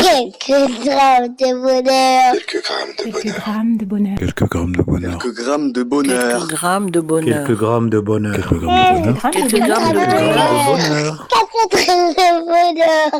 Quelques grammes de bonheur. Quelques grammes de Quelques bonheur. grammes de bonheur. Quelques grammes de bonheur. Quelques grammes de bonheur. Quelques grammes de bonheur. Quelques grammes de bonheur. Quelques grammes de bonheur. Quelques grammes de Quelques bonheur. grammes de bonheur. 4 grammes de bonheur.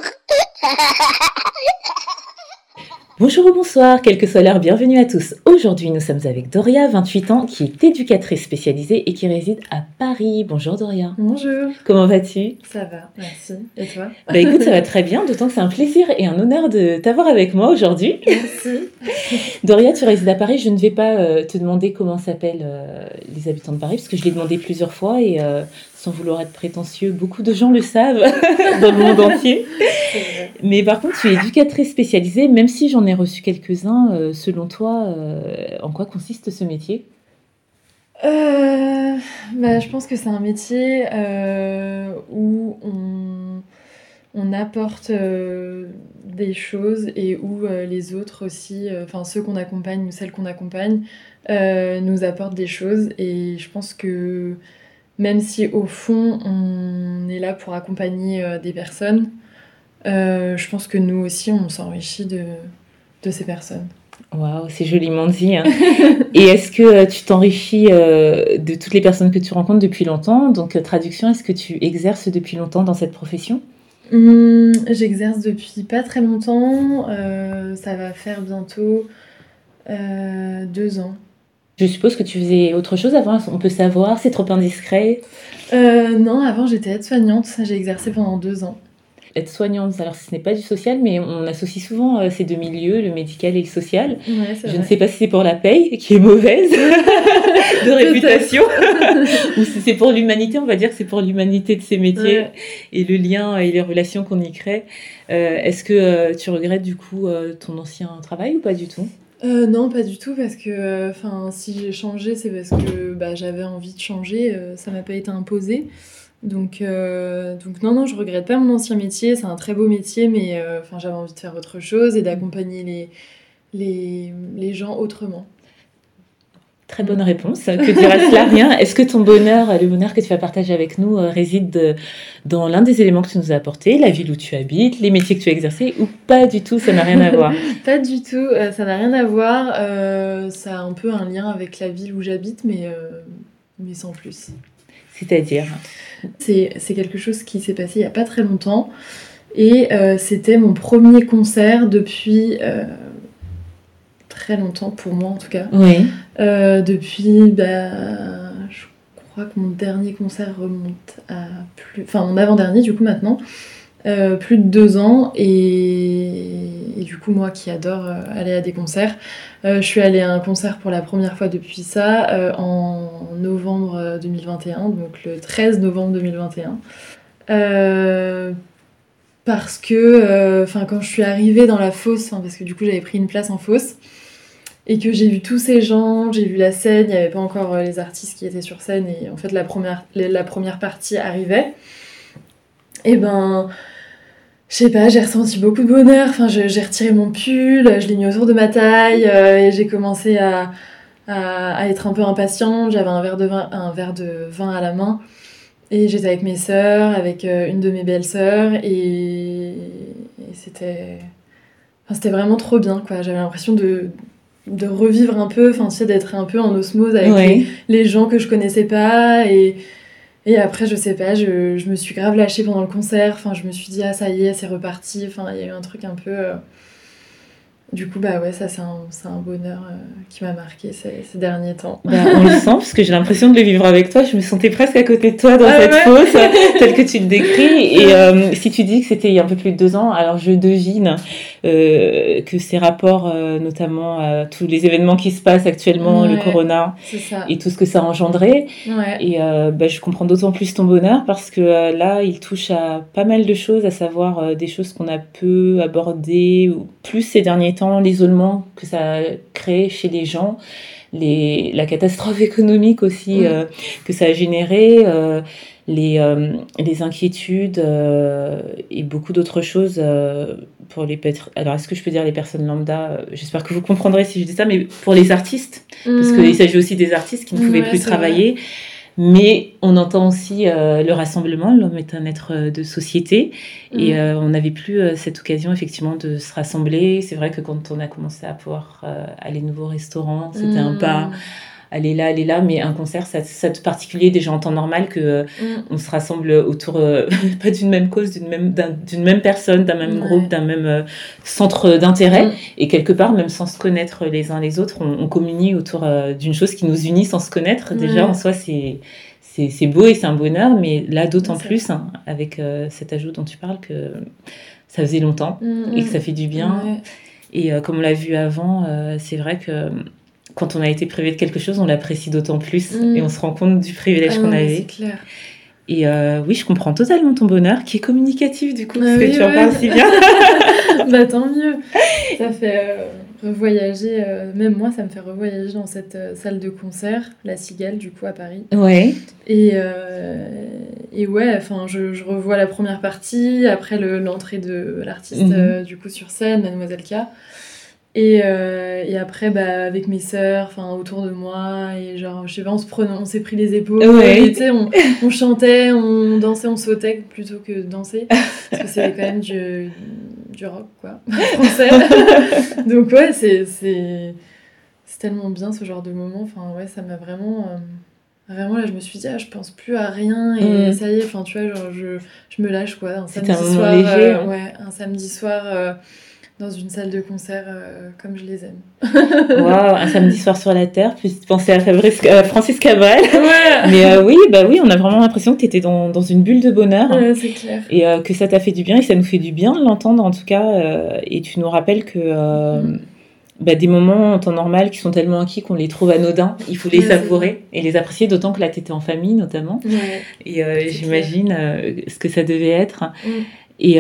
Bonjour ou bonsoir, quel que soit l'heure, bienvenue à tous. Aujourd'hui, nous sommes avec Doria, 28 ans, qui est éducatrice spécialisée et qui réside à Paris. Bonjour Doria. Bonjour. Comment vas-tu ? Ça va, merci. Et toi ? Bah écoute, ça va très bien, d'autant que c'est un plaisir et un honneur de t'avoir avec moi aujourd'hui. Merci. Doria, tu résides à Paris, je ne vais pas te demander comment s'appellent les habitants de Paris, parce que je l'ai demandé plusieurs fois et sans vouloir être prétentieux, beaucoup de gens le savent dans le monde entier. C'est vrai. Mais par contre, tu es éducatrice spécialisée, même si j'en ai reçu quelques-uns. Selon toi, en quoi consiste ce métier ? Je pense que c'est un métier où on apporte des choses et où les autres aussi, ceux qu'on accompagne ou celles qu'on accompagne, nous apportent des choses. Et je pense que même si au fond on est là pour accompagner des personnes, je pense que nous aussi on s'enrichit de ces personnes. Waouh, c'est joliment dit, hein. Et est-ce que tu t'enrichis de toutes les personnes que tu rencontres depuis longtemps ? Donc, traduction, est-ce que tu exerces depuis longtemps dans cette profession ? J'exerce depuis pas très longtemps, ça va faire bientôt 2 ans. Je suppose que tu faisais autre chose avant, on peut savoir, c'est trop indiscret. Non, avant j'étais aide-soignante, j'ai exercé pendant 2 ans. Être soignante, alors ce n'est pas du social, mais on associe souvent ces deux milieux, le médical et le social. Ouais, c'est Je vrai. ne sais pas si c'est pour la paye, qui est mauvaise, de réputation, ou si c'est pour l'humanité, on va dire que c'est pour l'humanité de ces métiers, Ouais. et le lien et les relations qu'on y crée. Est-ce que tu regrettes du coup ton ancien travail ou pas du tout ? Non, pas du tout, parce que si j'ai changé, c'est parce que j'avais envie de changer, ça m'a pas été imposé. Donc non, je regrette pas mon ancien métier, c'est un très beau métier, mais j'avais envie de faire autre chose et d'accompagner les gens autrement. Très bonne réponse. Que dira cela ? Rien. Est-ce que ton bonheur, le bonheur que tu vas partager avec nous, réside dans l'un des éléments que tu nous as apportés, la ville où tu habites, les métiers que tu as exercés, ou pas du tout, ça n'a rien à voir ? Pas du tout, ça n'a rien à voir, ça a un peu un lien avec la ville où j'habite, mais sans plus. C'est-à-dire ? C'est quelque chose qui s'est passé il n'y a pas très longtemps, et c'était mon premier concert depuis très longtemps, pour moi en tout cas. Oui. Depuis, je crois que mon dernier concert remonte à mon avant-dernier du coup maintenant, plus de 2 ans, et du coup moi qui adore aller à des concerts, je suis allée à un concert pour la première fois depuis ça, en novembre 2021, donc le 13 novembre 2021. Parce que quand je suis arrivée dans la fosse, parce que du coup j'avais pris une place en fosse, et que j'ai vu tous ces gens, j'ai vu la scène, il n'y avait pas encore les artistes qui étaient sur scène, et en fait la première partie arrivait, et je sais pas, j'ai ressenti beaucoup de bonheur, j'ai retiré mon pull, je l'ai mis autour de ma taille, et j'ai commencé à être un peu impatiente, j'avais un verre de vin à la main, et j'étais avec mes sœurs, avec une de mes belles-sœurs, et c'était vraiment trop bien, quoi. J'avais l'impression de revivre un peu, d'être un peu en osmose avec Oui. les gens que je connaissais pas, et après, je sais pas, je me suis grave lâchée pendant le concert, je me suis dit, ah ça y est, c'est reparti, il y a eu un truc un peu... Du coup, ça c'est un bonheur qui m'a marqué ces derniers temps. On le sent, parce que j'ai l'impression de le vivre avec toi. Je me sentais presque à côté de toi dans Ah cette ouais. fosse, telle que tu le décris. Et si tu dis que c'était il y a un peu plus de 2 ans, alors je devine que ces rapports, notamment à tous les événements qui se passent actuellement, le Ouais. corona, C'est ça. et tout ce que ça a engendré. Ouais. Et je comprends d'autant plus ton bonheur parce que là, il touche à pas mal de choses, à savoir des choses qu'on a peu abordées, ou plus ces derniers temps, l'isolement que ça a créé chez les gens, la catastrophe économique aussi que ça a généré, les inquiétudes et beaucoup d'autres choses pour les alors est-ce que je peux dire les personnes lambda, j'espère que vous comprendrez si je dis ça, mais pour les artistes, parce qu'il s'agit aussi des artistes qui ne pouvaient plus c'est travailler. Mais on entend aussi le rassemblement. L'homme est un être de société. Et on n'avait plus cette occasion, effectivement, de se rassembler. C'est vrai que quand on a commencé à pouvoir aller de nouveau au restaurant, c'était un pas... aller là, mais un concert, ça de particulier déjà en temps normal que on se rassemble autour, pas d'une même cause, d'une même personne, d'un même groupe, d'un même centre d'intérêt, et quelque part, même sans se connaître les uns les autres, on communie autour d'une chose qui nous unit sans se connaître. Déjà, en soi, c'est beau et c'est un bonheur, mais là, d'autant plus, hein, avec cet ajout dont tu parles, que ça faisait longtemps et que ça fait du bien. Ouais. Et comme on l'a vu avant, c'est vrai que quand on a été privé de quelque chose, on l'apprécie d'autant plus et on se rend compte du privilège qu'on avait. C'est clair. Et oui, je comprends totalement ton bonheur, qui est communicatif du coup, parce que tu en parles si bien. Bah tant mieux. Ça fait revoyager, même moi, ça me fait revoyager dans cette salle de concert, La Cigale, du coup, à Paris. Ouais. Et ouais, enfin, je revois la première partie, après l'entrée de l'artiste, du coup, sur scène, Mademoiselle K. Et après, bah, avec mes sœurs, autour de moi, et genre, je sais pas, on s'est pris les épaules, et tu sais, on chantait, on dansait, on sautait plutôt que danser, parce que c'est quand même du rock, quoi, français. Donc ouais, c'est tellement bien ce genre de moment, enfin ouais, ça m'a vraiment... Vraiment, là, je me suis dit, je pense plus à rien, et ça y est, enfin, tu vois, genre, je me lâche, quoi, un samedi soir, léger, ouais, un samedi soir... dans une salle de concert comme je les aime. Waouh, un samedi soir sur la Terre, puis penser à Francis Cabrel. Ouais. Mais oui, on a vraiment l'impression que tu étais dans une bulle de bonheur. Ouais, c'est clair. Et que ça t'a fait du bien, et ça nous fait du bien de l'entendre en tout cas. Et tu nous rappelles que des moments en temps normal qui sont tellement acquis qu'on les trouve anodins, il faut les savourer et les apprécier, d'autant que là, tu étais en famille notamment. Ouais. Et j'imagine ce que ça devait être. Et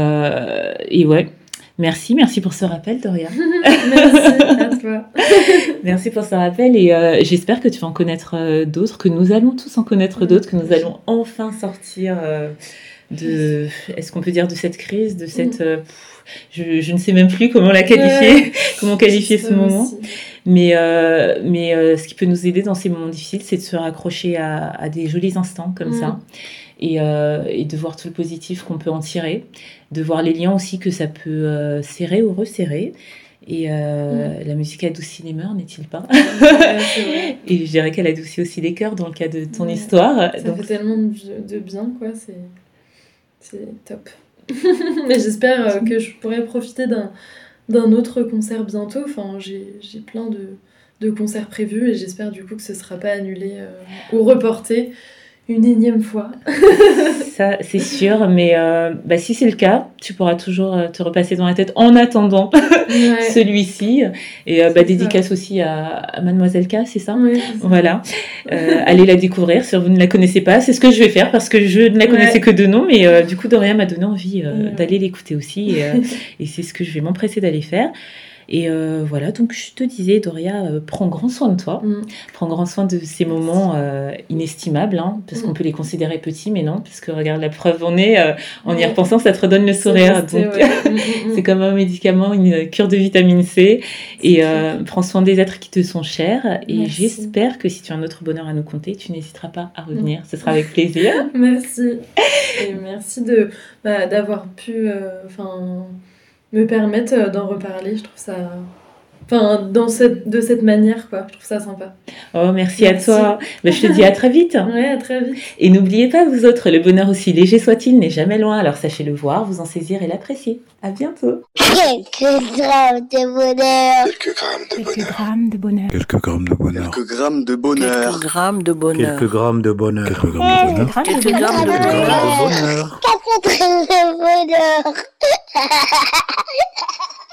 ouais. Merci pour ce rappel, Doria. Merci à toi. Merci pour ce rappel, et j'espère que tu vas en connaître d'autres, que nous allons tous en connaître d'autres, que nous allons enfin sortir est-ce qu'on peut dire de cette crise, de cette... je ne sais même plus comment la qualifier, comment qualifier ce moment. Aussi. Mais ce qui peut nous aider dans ces moments difficiles, c'est de se raccrocher à des jolis instants comme ça. Et de voir tout le positif qu'on peut en tirer, de voir les liens aussi que ça peut serrer ou resserrer. Et la musique adoucit les mœurs, n'est-il pas? C'est vrai. Et je dirais qu'elle adoucit aussi les cœurs dans le cas de ton histoire. Ça fait tellement de bien, quoi, c'est top. Mais j'espère que je pourrai profiter d'un autre concert bientôt. Enfin, j'ai plein de concerts prévus, et j'espère du coup que ce ne sera pas annulé ou reporté une énième fois. Ça, c'est sûr, mais si c'est le cas, tu pourras toujours te repasser dans la tête en attendant celui-ci. Et dédicace aussi à Mademoiselle K, c'est ça? Oui. Voilà. Allez la découvrir si vous ne la connaissez pas. C'est ce que je vais faire, parce que je ne la connaissais que de nom, mais du coup, Doria m'a donné envie d'aller l'écouter aussi. Et c'est ce que je vais m'empresser d'aller faire. Et voilà, donc je te disais, Doria, prends grand soin de toi, prends grand soin de ces moments inestimables, hein, parce qu'on peut les considérer petits, mais non, parce que regarde, la preuve en est, en y repensant, ça te redonne le sourire. Donc, c'est comme un médicament, une cure de vitamine C, et prends soin des êtres qui te sont chers, et merci. J'espère que si tu as un autre bonheur à nous conter, tu n'hésiteras pas à revenir, ce sera avec plaisir. Merci, et merci d'avoir pu... me permettre d'en reparler, je trouve ça... de cette manière, quoi. Je trouve ça sympa. Oh, merci à toi. Je te dis à très vite. Ouais, à très vite. Et n'oubliez pas, vous autres, le bonheur aussi léger soit-il n'est jamais loin, alors sachez le voir, vous en saisir et l'apprécier. À bientôt. Quelques grammes de bonheur. Quelques grammes de bonheur. Quelques grammes de bonheur. Quelques grammes de bonheur. Quelques grammes de bonheur. Quelques grammes de bonheur. Quelques grammes de bonheur. Quelques grammes de bonheur. 4 grammes de bonheur.